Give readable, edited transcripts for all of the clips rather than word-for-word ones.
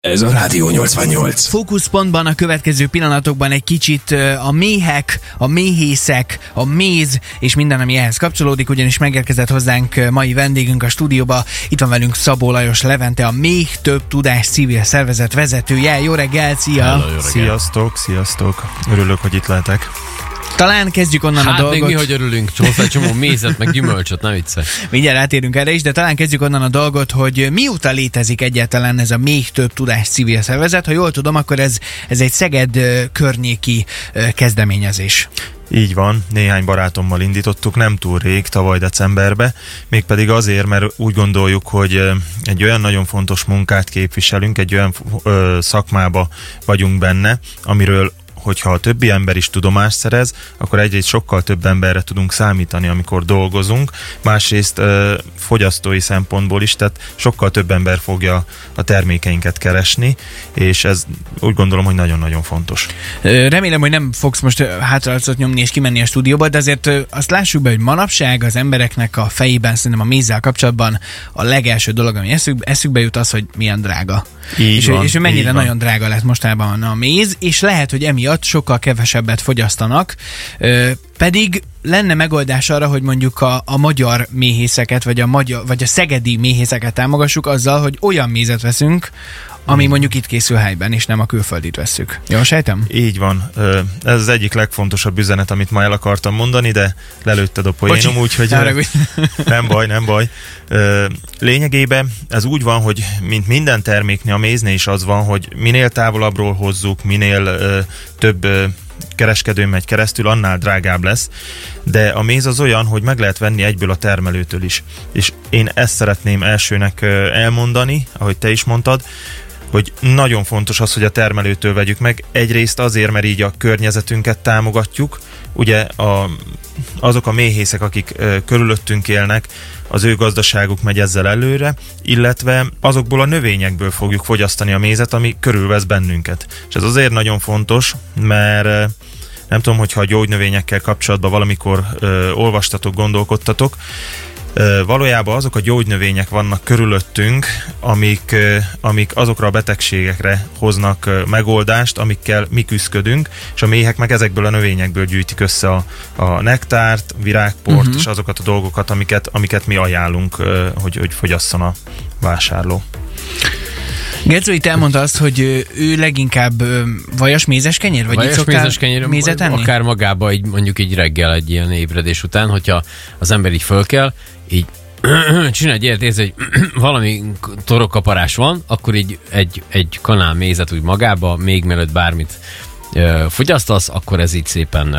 Ez a Rádió 88. Fókuszpontban a következő pillanatokban egy kicsit a méhek, a méhészek, a méz és minden, ami ehhez kapcsolódik, ugyanis megérkezett hozzánk mai vendégünk a stúdióba. Itt van velünk Szabó Lajos Levente, a Még Több Tudás civil szervezet vezetője. Jó reggel, szia! Hello, jó reggel. Sziasztok! Örülök, hogy itt lehetek. Talán kezdjük onnan a dolgot. Hát még mi, hogy örülünk, hozzá egy csomó mézet, meg gyümölcsöt, ne viccelj. Mindjárt rátérünk erre is, de talán kezdjük onnan a dolgot, hogy mióta létezik egyáltalán ez a Még Több Tudás civil szervezet. Ha jól tudom, akkor ez egy Szeged környéki kezdeményezés. Így van, néhány barátommal indítottuk, nem túl rég, tavaly decemberben, mégpedig azért, mert úgy gondoljuk, hogy egy olyan nagyon fontos munkát képviselünk, egy olyan szakmába vagyunk benne, amiről hogyha a többi ember is tudomást szerez, akkor egyrészt sokkal több emberre tudunk számítani, amikor dolgozunk, másrészt fogyasztói szempontból is, tehát sokkal több ember fogja a termékeinket keresni, és ez úgy gondolom, hogy nagyon-nagyon fontos. Remélem, hogy nem fogsz most hátraarcot nyomni és kimenni a stúdióba, de azért azt lássuk be, hogy manapság az embereknek a fejében szerintem a mézzel kapcsolatban a legelső dolog, ami eszükbe jut, az, hogy milyen drága. És mennyire nagyon drága lett mostában a méz, és lehet, hogy emiatt sokkal kevesebbet fogyasztanak, pedig lenne megoldás arra, hogy mondjuk a magyar méhészeket, vagy a szegedi méhészeket támogassuk azzal, hogy olyan mézet veszünk, ami mondjuk itt készül helyben, és nem a külföldit vesszük. Jól sejtem? Így van. Ez az egyik legfontosabb üzenet, amit ma el akartam mondani, de lelőtted a poénom, úgyhogy nem baj. Lényegében ez úgy van, hogy mint minden terméknél, a méznél is az van, hogy minél távolabbról hozzuk, minél több kereskedőn megy keresztül, annál drágább lesz, de a méz az olyan, hogy meg lehet venni egyből a termelőtől is. És én ezt szeretném elsőnek elmondani, ahogy te is mondtad, hogy nagyon fontos az, hogy a termelőtől vegyük meg. Egyrészt azért, mert így a környezetünket támogatjuk. Ugye azok a méhészek, akik körülöttünk élnek, az ő gazdaságuk megy ezzel előre, illetve azokból a növényekből fogjuk fogyasztani a mézet, ami körülvesz bennünket. És ez azért nagyon fontos, mert nem tudom, hogyha a gyógynövényekkel kapcsolatban valamikor olvastatok, gondolkodtatok, valójában azok a gyógynövények vannak körülöttünk, amik azokra a betegségekre hoznak megoldást, amikkel mi küzdködünk, és a méhek meg ezekből a növényekből gyűjtik össze a nektárt, virágport, és azokat a dolgokat, amiket mi ajánlunk, hogy fogyasszon a vásárló. Gerzo itt elmondta azt, hogy ő leginkább vajas mézes kenyér? Vagy vajas mézes kenyér, mézet enni? Akár magába, mondjuk így reggel egy ilyen ébredés után, hogyha az ember így fölkel, így csinálj egy ilyet, hogy valami torokkaparás van, akkor így egy kanál mézet úgy magába, még mielőtt bármit fogyasztasz, akkor ez így szépen,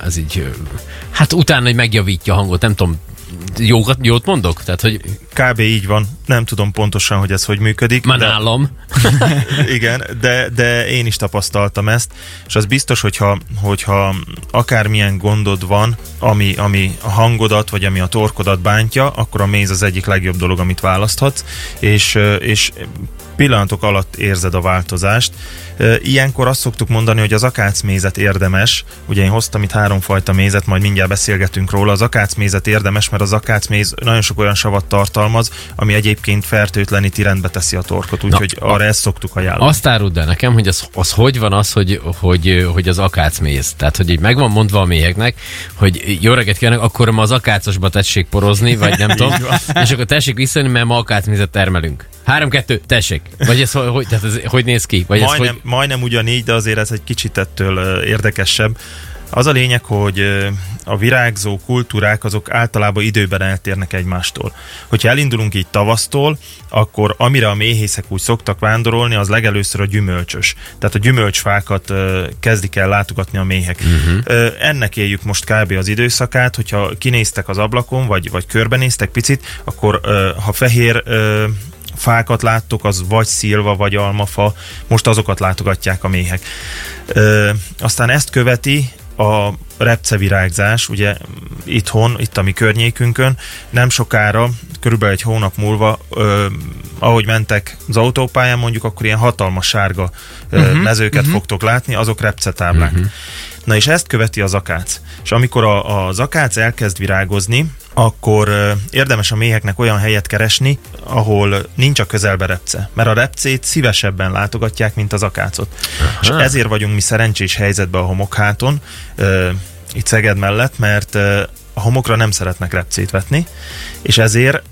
hát utána hogy megjavítja a hangot, nem tudom, jót mondok? Tehát, hogy kb. Így van. Nem tudom pontosan, hogy ez hogy működik. Már nálam. Igen, de én is tapasztaltam ezt, és az biztos, hogyha akármilyen gondod van, ami a hangodat, vagy ami a torkodat bántja, akkor a méz az egyik legjobb dolog, amit választhatsz, és pillanatok alatt érzed a változást. Ilyenkor azt szoktuk mondani, hogy az akácmézet érdemes. Ugye én hoztam itt 3 fajta mézet, majd mindjárt beszélgetünk róla. Az akácmézet érdemes, mert az akácméz nagyon sok olyan savat tartalmaz, ami egyébként fertőtleníti, rendbe teszi a torkot, úgyhogy arra ezt szoktuk ajánlani. Azt áruld el nekem, hogy az hogy van az, hogy az akácméz. Tehát, hogy így meg van mondva a méheknek, hogy jó reggelt kívánok, akkor ma az akácosba tessék porozni, vagy nem tudom, és akkor tessék visszajönni, mert ma akácmézet termelünk. 3-2, tessék. Vagy ez hogy néz ki? Vagy majdnem ugyanígy, de azért ez egy kicsit ettől érdekesebb. Az a lényeg, hogy a virágzó kultúrák azok általában időben eltérnek egymástól. Hogyha elindulunk így tavasztól, akkor amire a méhészek úgy szoktak vándorolni, az legelőször a gyümölcsös. Tehát a gyümölcsfákat kezdik el látogatni a méhek. Ennek éljük most kb. Az időszakát, hogyha kinéztek az ablakon, vagy körbenéztek picit, akkor ha fehér fákat láttok, az vagy szilva, vagy almafa, most azokat látogatják a méhek. Aztán ezt követi a repcevirágzás, ugye itt a mi környékünkön, nem sokára, körülbelül egy hónap múlva, ahogy mentek az autópályán, mondjuk, akkor ilyen hatalmas sárga mezőket fogtok látni, azok repcetáblák. Na és ezt követi az akác. És amikor az akác elkezd virágozni, akkor érdemes a méheknek olyan helyet keresni, ahol nincs a közelbe repce. Mert a repcét szívesebben látogatják, mint az akácot. Aha. És ezért vagyunk mi szerencsés helyzetben a homokháton, itt Szeged mellett, mert a homokra nem szeretnek repcét vetni, és ezért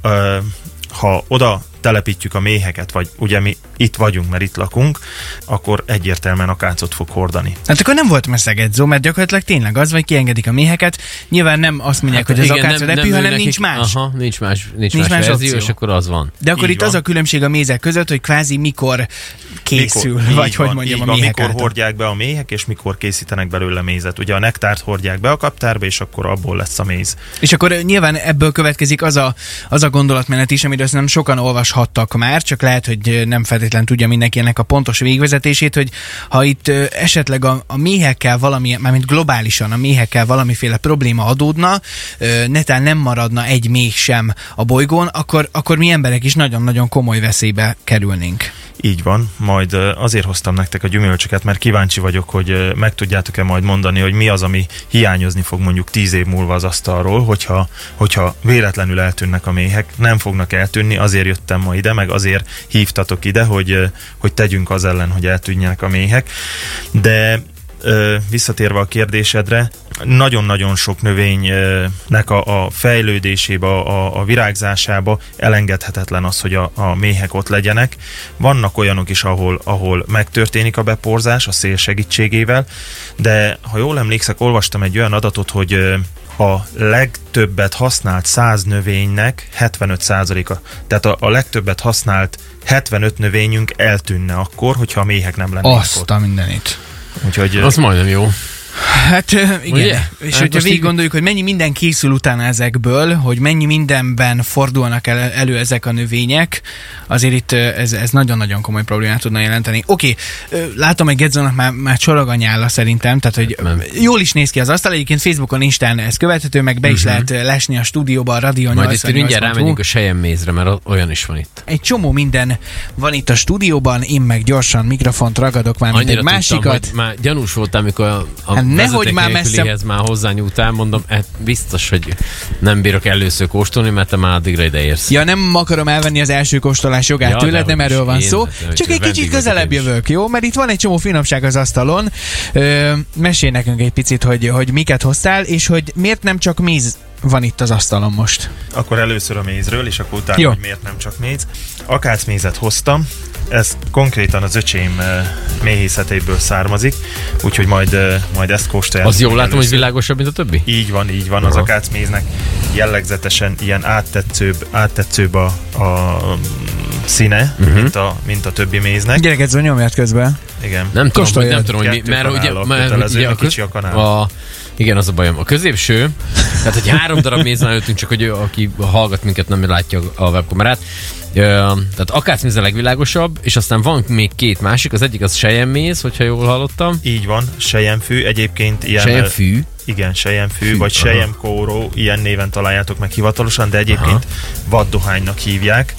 ha oda telepítjük a méheket, vagy ugye mi itt vagyunk, mert itt lakunk, akkor egyértelműen akácot fog hordani. Hát akkor nem volt Szegedzó, mert gyakorlatilag tényleg az, vagy kiengedik a méheket. Nyilván nem azt mondják, hogy az akác repül, hanem nincs más. Aha, nincs más verzió, és akkor az van. De akkor itt az a különbség a mézek között, hogy kvázi mikor készül, vagy hogy mondjam, a méhek mikor hordják be a méhek, és mikor készítenek belőle mézet. Ugye a nektárt hordják be a kaptárba, és akkor abból lesz a méz. És akkor nyilván ebből következik az a gondolatmenet is, amiről nem sokan olvashattak már, csak lehet, hogy nem feltétlenül tudja mindenki ennek a pontos végvezetését, hogy ha itt esetleg a méhekkel valami, mármint globálisan a méhekkel valamiféle probléma adódna, netán nem maradna egy méh sem a bolygón, akkor mi emberek is nagyon-nagyon komoly veszélybe kerülnénk. Így van, majd azért hoztam nektek a gyümölcsöket, mert kíváncsi vagyok, hogy meg tudjátok-e majd mondani, hogy mi az, ami hiányozni fog mondjuk 10 év múlva az asztalról, hogyha véletlenül eltűnnek a méhek. Nem fognak eltűnni, azért jöttem ma ide, meg azért hívtatok ide, hogy tegyünk az ellen, hogy eltűnjenek a méhek. De visszatérve a kérdésedre, nagyon-nagyon sok növénynek a fejlődésébe, a virágzásába elengedhetetlen az, hogy a méhek ott legyenek. Vannak olyanok is, ahol megtörténik a beporzás a szél segítségével, de ha jól emlékszek, olvastam egy olyan adatot, hogy a legtöbbet használt 100 növénynek 75%-a, tehát a legtöbbet használt 75 növényünk eltűnne akkor, hogyha a méhek nem lennének ott. Azt a mindenit. Úgyhogy, az majdnem jó. Hát igen, ugye? És hát hogyha végig gondoljuk, hogy mennyi minden készül utána ezekből, hogy mennyi mindenben fordulnak elő ezek a növények, azért itt ez nagyon-nagyon komoly problémát tudna jelenteni. Oké, látom, hogy Gedzónak már csorog a nyála szerintem, tehát hogy jól is néz ki az asztal, egyébként Facebookon, Instán ez követhető, meg be is lehet lesni a stúdióba, a Radio 88.hu. Majd itt mindjárt rámegyünk a selyemmézre, mert olyan is van itt. Egy csomó minden van itt a stúdióban, én meg gyorsan mikrofont ragadok már, mint egy másikat. Tudtam, már gyanús voltam, amikor a nehogy már messze már hozzányúltál, mondom, biztos, hogy nem bírok először kóstolni, mert te már addigra ide érsz. Ja, nem akarom elvenni az első kóstolás jogát tőled, nem erről van szó. Csak egy kicsit közelebb jövök, jó? Mert itt van egy csomó finomság az asztalon. Mesélj nekünk egy picit, hogy miket hoztál, és hogy miért nem csak méz van itt az asztalon most. Akkor először a mézről, és akkor utána, hogy miért nem csak méz. Akácmézet hoztam, ez konkrétan az öcsém méhészetéből származik, úgyhogy majd ezt kóstolják. Az jól látom, hogy világosabb, mint a többi? Így van. Aha. Az akácméznek jellegzetesen ilyen áttetszőbb a színe, mint a többi méznek. Gyereket, nyomját közben. Igen. Nem tudom, hogy mert ugye kicsi a kanál. Igen, az a bajom. A középső, tehát hogy 3 darab méz van előttünk, csak hogy aki hallgat minket, nem látja a webkamerát. Tehát akácméz a legvilágosabb, és aztán van még 2 másik, az egyik az selyemméz, hogyha jól hallottam. Így van, selyemfű, egyébként ilyen... Selyemfű? Igen, selyemfű, vagy selyemkóró, ilyen néven találjátok meg hivatalosan, de egyébként vaddohánynak hívják,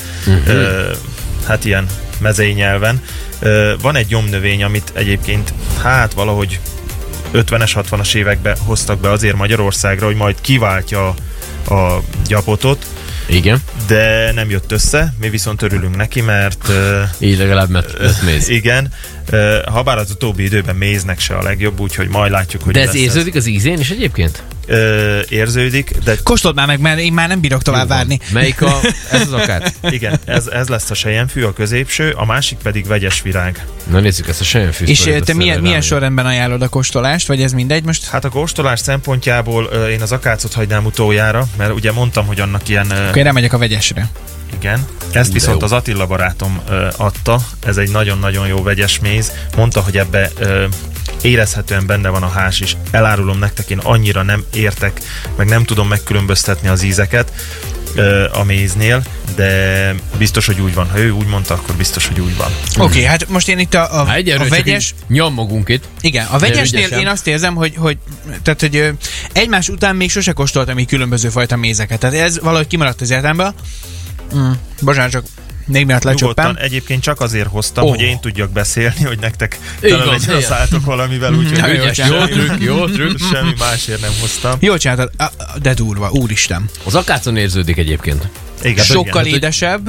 hát ilyen mezei nyelven. Van egy gyomnövény, amit egyébként valahogy 50-es, 60-as években hoztak be azért Magyarországra, hogy majd kiváltja a gyapotot. Igen. De nem jött össze, mi viszont örülünk neki, mert... így legalább mert méz. Igen. Habár az utóbbi időben méznek se a legjobb, úgyhogy majd látjuk, hogy... De ez érződik az ízén is egyébként? Érződik, de... Kóstold már meg, mert én már nem bírok tovább várni. Melyik ez az akár? Igen, ez lesz a selyemfű, a középső, a másik pedig vegyes virág. Na nézzük ezt a selyemfűt. És te milyen sorrendben ajánlod a kóstolást, vagy ez mindegy most? Hát a kóstolás szempontjából én az akácot hagynám utoljára, mert ugye mondtam, hogy annak ilyen... Akkor én remegyek a vegyesre. Igen. Ezt viszont az Attila barátom adta. Ez egy nagyon-nagyon jó vegyes méz. Mondta, hogy ebbe érezhetően benne van a hás is. Elárulom nektek, én annyira nem értek, meg nem tudom megkülönböztetni az ízeket a méznél, de biztos, hogy úgy van. Ha ő úgy mondta, akkor biztos, hogy úgy van. Oké, hát most én itt a vegyes... Nyommogunk itt. Igen, a vegyesnél én azt érzem, hogy egymás után még sose kóstoltam így különböző fajta mézeket. Tehát ez valahogy kimaradt az életemből. Bocsánat, csak Még miatt lecsöppen. Egyébként csak azért hoztam, hogy én tudjak beszélni, hogy nektek tele legyen a szálltok valamivel, úgyhogy jó trükk. Semmi másért nem hoztam. Jól csináltad, de durva, úristen. Az akácon érződik egyébként. Igen, sokkal édesebb.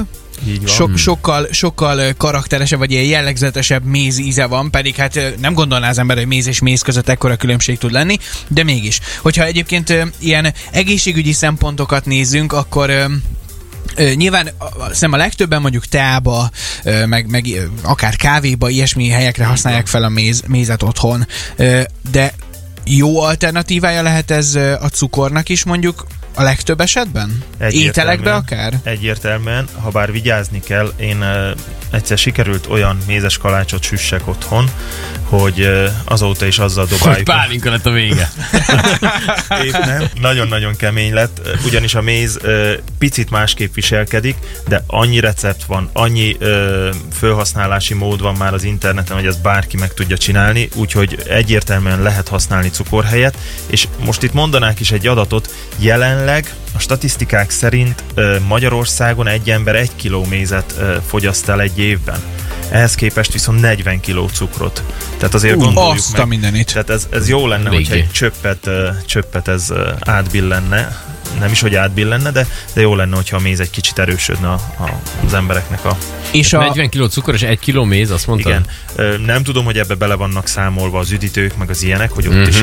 Sokkal karakteresebb, vagy ilyen jellegzetesebb méz íze van, pedig hát nem gondolná az ember, hogy méz és méz között ekkora különbség tud lenni, de mégis. Hogyha egyébként ilyen egészségügyi szempontokat nézzünk, akkor nyilván a legtöbben mondjuk teába, meg akár kávéba, ilyesmi helyekre használják fel a mézet otthon, de jó alternatívája lehet ez a cukornak is mondjuk a legtöbb esetben? Ételekbe akár? Egyértelműen, ha bár vigyázni kell, én egyszer sikerült olyan mézes kalácsot süssek otthon, hogy azóta is azzal dobáljuk. Hogy pálinka lett a vége. Épp nem. Nagyon-nagyon kemény lett, ugyanis a méz picit másképp viselkedik, de annyi recept van, annyi felhasználási mód van már az interneten, hogy ezt bárki meg tudja csinálni, úgyhogy egyértelműen lehet használni cukor helyett, és most itt mondanák is egy adatot, jelenleg a statisztikák szerint Magyarországon egy ember 1 kiló mézet fogyaszt el egy évben. Ehhez képest viszont 40 kiló cukrot. Tehát azért gondoljuk meg. Mindenit. Tehát ez jó lenne, hogyha egy csöppet ez átbillenne. Nem is, hogy átbillenne, de jó lenne, hogyha a méz egy kicsit erősödne az embereknek a... És 40 kiló cukor és 1 kiló méz, azt mondtad? Igen. Nem tudom, hogy ebbe bele vannak számolva az üdítők, meg az ilyenek, hogy ott is,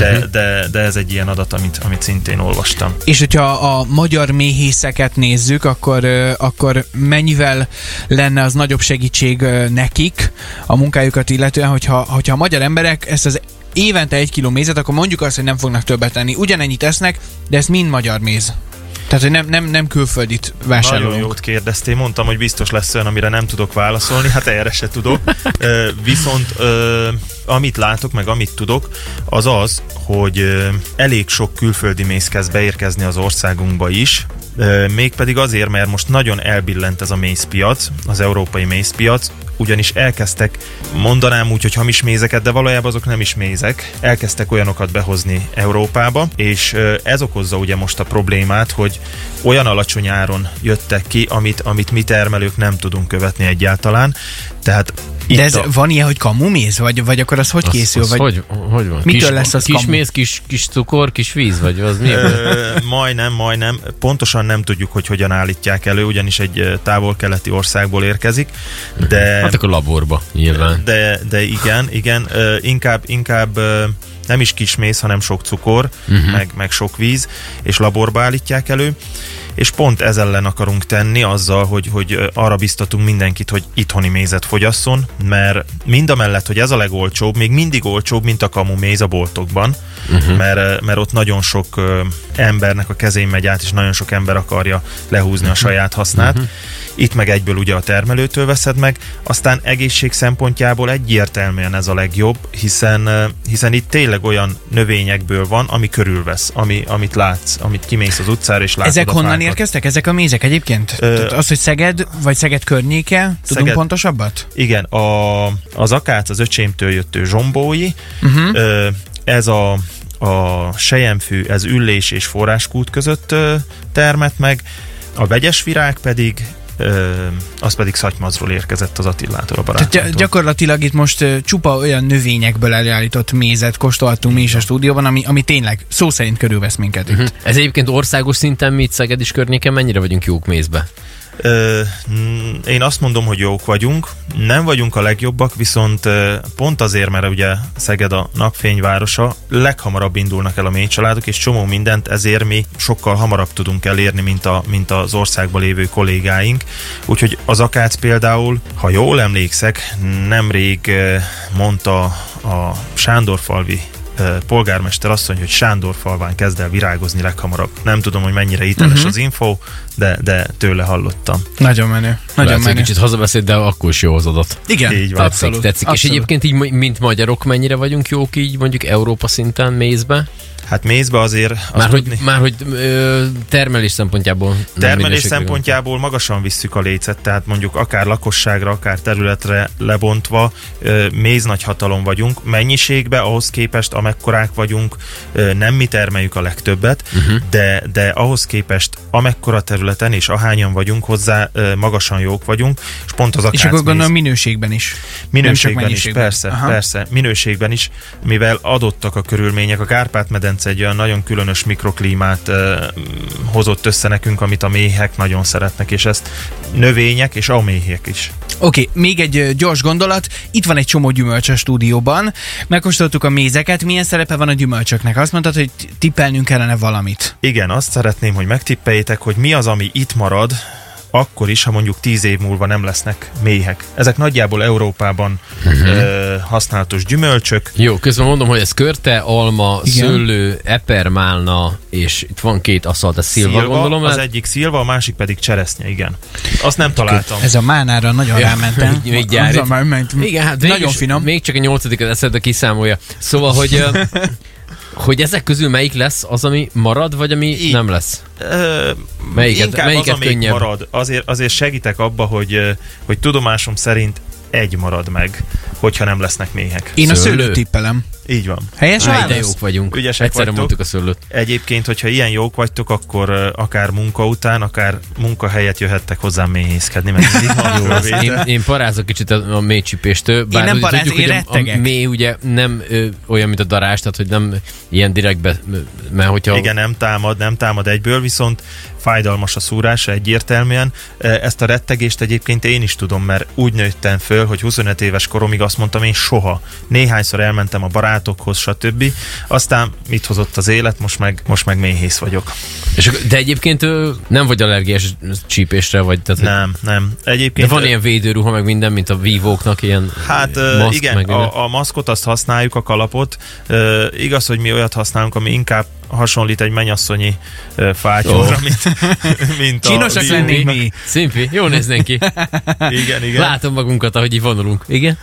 de ez egy ilyen adat, amit szintén olvastam. És hogyha a magyar méhészeket nézzük, akkor mennyivel lenne az nagyobb segítség nekik a munkájukat illetően, hogyha a magyar emberek ezt az évente 1 kiló mézet, akkor mondjuk azt, hogy nem fognak többet tenni. Ugyanennyit esznek, de ez mind magyar méz. Tehát, hogy nem külföldit vásárolunk. Nagyon jót kérdeztél, mondtam, hogy biztos lesz olyan, amire nem tudok válaszolni, hát erre se tudok. Viszont amit látok, meg amit tudok, az, hogy elég sok külföldi méz kezd beérkezni az országunkba is, mégpedig azért, mert most nagyon elbillent ez a mézpiac, az európai mézpiac, ugyanis elkezdtek, mondanám úgy, hogy hamis mézeket, de valójában azok nem is mézek, elkezdtek olyanokat behozni Európába, és ez okozza ugye most a problémát, hogy olyan alacsony áron jöttek ki, amit mi termelők nem tudunk követni egyáltalán. Tehát de ez van ilyen, hogy kamuméz? Vagy akkor az hogy készül? Hogy van? Mitől lesz az kis méz, kis cukor, kis víz? Vagy az mi? Majdnem. Pontosan nem tudjuk, hogy hogyan állítják elő, ugyanis egy távol-keleti országból érkezik. De, hát akkor laborba, nyilván. De igen. Inkább nem is kis méz, hanem sok cukor, meg sok víz, és laborba állítják elő. És pont ez ellen akarunk tenni azzal, hogy arra biztatunk mindenkit, hogy itthoni mézet fogyasszon, mert mindamellett, hogy ez a legolcsóbb, még mindig olcsóbb, mint a kamu méz a boltokban, mert ott nagyon sok embernek a kezén megy át, és nagyon sok ember akarja lehúzni a saját hasznát. Itt meg egyből ugye a termelőtől veszed meg, aztán egészség szempontjából egyértelműen ez a legjobb, hiszen itt tényleg olyan növényekből van, ami körülvesz, amit látsz, amit kimész az utcára és látod. Ezek honnan érkeztek? Ezek a mézek egyébként? Az, hogy Szeged, vagy Szeged környéke? Tudunk pontosabbat? Igen, az akác az öcsémtől jött zsombói, ez a selyemfű, ez Üllés és Forráskút között termett meg, a vegyes virág pedig az pedig Szatymazról érkezett az Attilától, a barátomtól. Tehát gyakorlatilag itt most csupa olyan növényekből előállított mézet kóstoltunk mi is a stúdióban, ami tényleg szó szerint körülvesz minket itt. Ez egyébként országos szinten mi itt Szeged is környéken mennyire vagyunk jók mézbe? Én azt mondom, hogy jók vagyunk. Nem vagyunk a legjobbak, viszont pont azért, mert ugye Szeged a napfényvárosa, leghamarabb indulnak el a méhcsaládok, és csomó mindent, ezért mi sokkal hamarabb tudunk elérni, mint az országban lévő kollégáink. Úgyhogy az akác például, ha jól emlékszek, nemrég mondta a Sándorfalvi polgármester asszony, hogy Sándorfalván kezd el virágozni leghamarabb. Nem tudom, hogy mennyire hiteles az info, de tőle hallottam. Nagyon menő. Nagyon menő. Kicsit hazabeszéd, de akkor is jó az adat. Igen, így van. Tetszik. Abszolút. És egyébként így, mint magyarok, mennyire vagyunk jók így, mondjuk Európa szinten mézbe? Hát mézbe azért... Már hogy termelés szempontjából... Termelés szempontjából magasan visszük a lécet, tehát mondjuk akár lakosságra, akár területre lebontva méznagyhatalom vagyunk. Mennyiségbe ahhoz képest, amekkorák vagyunk, nem mi termeljük a legtöbbet, de ahhoz képest amekkora területen és ahányan vagyunk hozzá, magasan jók vagyunk, és pont az és akkor gondolom minőségben is. Minőségben is, persze, minőségben is, mivel adottak a körülmények, a Kárpát-medence egy olyan nagyon különös mikroklímát hozott össze nekünk, amit a méhek nagyon szeretnek, és ezt növények és a méhek is. Oké, még egy gyors gondolat. Itt van egy csomó gyümölcs a stúdióban. Megkóstoltuk a mézeket. Milyen szerepe van a gyümölcsöknek? Azt mondtad, hogy tippelnünk kellene valamit. Igen, azt szeretném, hogy megtippeljétek, hogy mi az, ami itt marad, akkor is, ha mondjuk 10 év múlva nem lesznek méhek. Ezek nagyjából Európában használatos gyümölcsök. Jó, közben mondom, hogy ez körte, alma, igen, szőlő, epermálna, és itt van 2 aszalt, ez szilva, gondolom. Az egyik szilva, a másik pedig cseresznye, igen. Azt nem találtam. Ez a mánára nagyon rámentem. Még gyári. Igen, hát nagyon finom. Még csak a 8. eszedbe kiszámolja. Szóval, hogy ezek közül melyik lesz az, ami marad, vagy ami nem lesz? Melyiket az, amelyik marad. Azért segítek abba, hogy tudomásom szerint egy marad meg, hogyha nem lesznek méhek. Én a szőlőt tippelem. Így van. Helyes válasz? De jók vagyunk. Ügyesek egyszerre vagytok. mondtuk a szőlőt. Egyébként, hogyha ilyen jók vagytok, akkor akár munka után, akár munka helyett jöhettek hozzám méhészkedni, mert én parázok kicsit a mélycsipéstől. Én nem parázok, én rettegek. A mély ugye nem olyan, mint a darázs, tehát hogy nem ilyen direktbe, mert hogyha... Igen, nem támad egyből, viszont fájdalmas a szúrása egyértelműen. Ezt a rettegést egyébként én is tudom, mert úgy nőttem föl, hogy 25 éves koromig azt mondtam, én soha. Néhányszor elmentem a barátokhoz, stb. Aztán mit hozott az élet, most meg méhész vagyok. De egyébként nem vagy allergiás csípésre, vagy? Tehát, nem. Egyébként, de van ilyen védőruha, meg minden, mint a vívóknak, ilyen hát maszk, igen, a maszkot azt használjuk, a kalapot. Igaz, hogy mi olyat használunk, ami inkább hasonlít egy mennyasszonyi fátyolra, mint csinosak lennénk mi. Szimpi, jól néznénk ki. Igen. Látom magunkat, ahogy így vonulunk. Igen?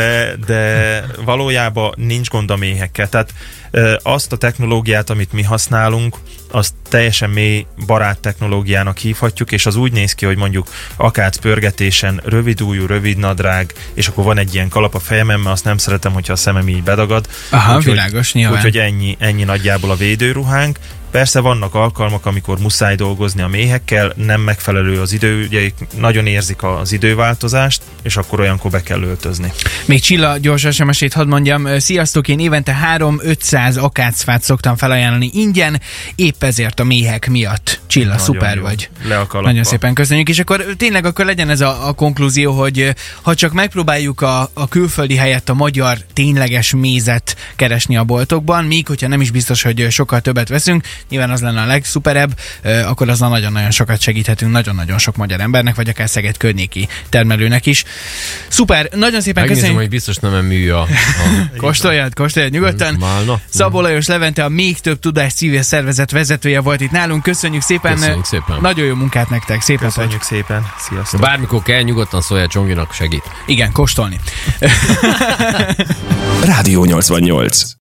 De valójában nincs gond a méhekkel. Tehát azt a technológiát, amit mi használunk, azt teljesen mély barát technológiának hívhatjuk, és az úgy néz ki, hogy mondjuk akác pörgetésen rövid ujjú, rövid nadrág, és akkor van egy ilyen kalap a fejemen, mert azt nem szeretem, hogyha a szemem így bedagad. Aha, világos, nyilván. Úgyhogy ennyi nagyjából a védőruhánk. Persze vannak alkalmak, amikor muszáj dolgozni a méhekkel, nem megfelelő az idő, ugye nagyon érzik az időváltozást, és akkor olyankor be kell öltözni. Még Csilla gyors SMS-ét hadd mondjam. Sziasztok, én évente 3-500 akácfát szoktam felajánlani ingyen, épp ezért a méhek miatt. Csilla, nagyon szuper jó. Vagy. Nagyon szépen köszönjük, és akkor tényleg akkor legyen ez a konklúzió, hogy ha csak megpróbáljuk a külföldi helyett a magyar tényleges mézet keresni a boltokban, míg hogyha nem is biztos, hogy sokkal többet veszünk, nyilván az lenne a legszuperebb, akkor azzal nagyon-nagyon sokat segíthetünk nagyon-nagyon sok magyar embernek, vagy akár Szeged környéki termelőnek is. Szuper, nagyon szépen köszönjük. Hogy biztos nem mű a... Kóstoljad nyugodtan. Málna. Szabó Lajos Levente, a Még Több Tudás civil szervezet vezetője volt itt nálunk. Köszönjük szépen. Nagyon jó munkát nektek. Szép köszönjük szépen. Sziasztok. Bármikor kell, nyugodtan szólj a Csonginak, segít. Igen, kóstolni. Rádió 88.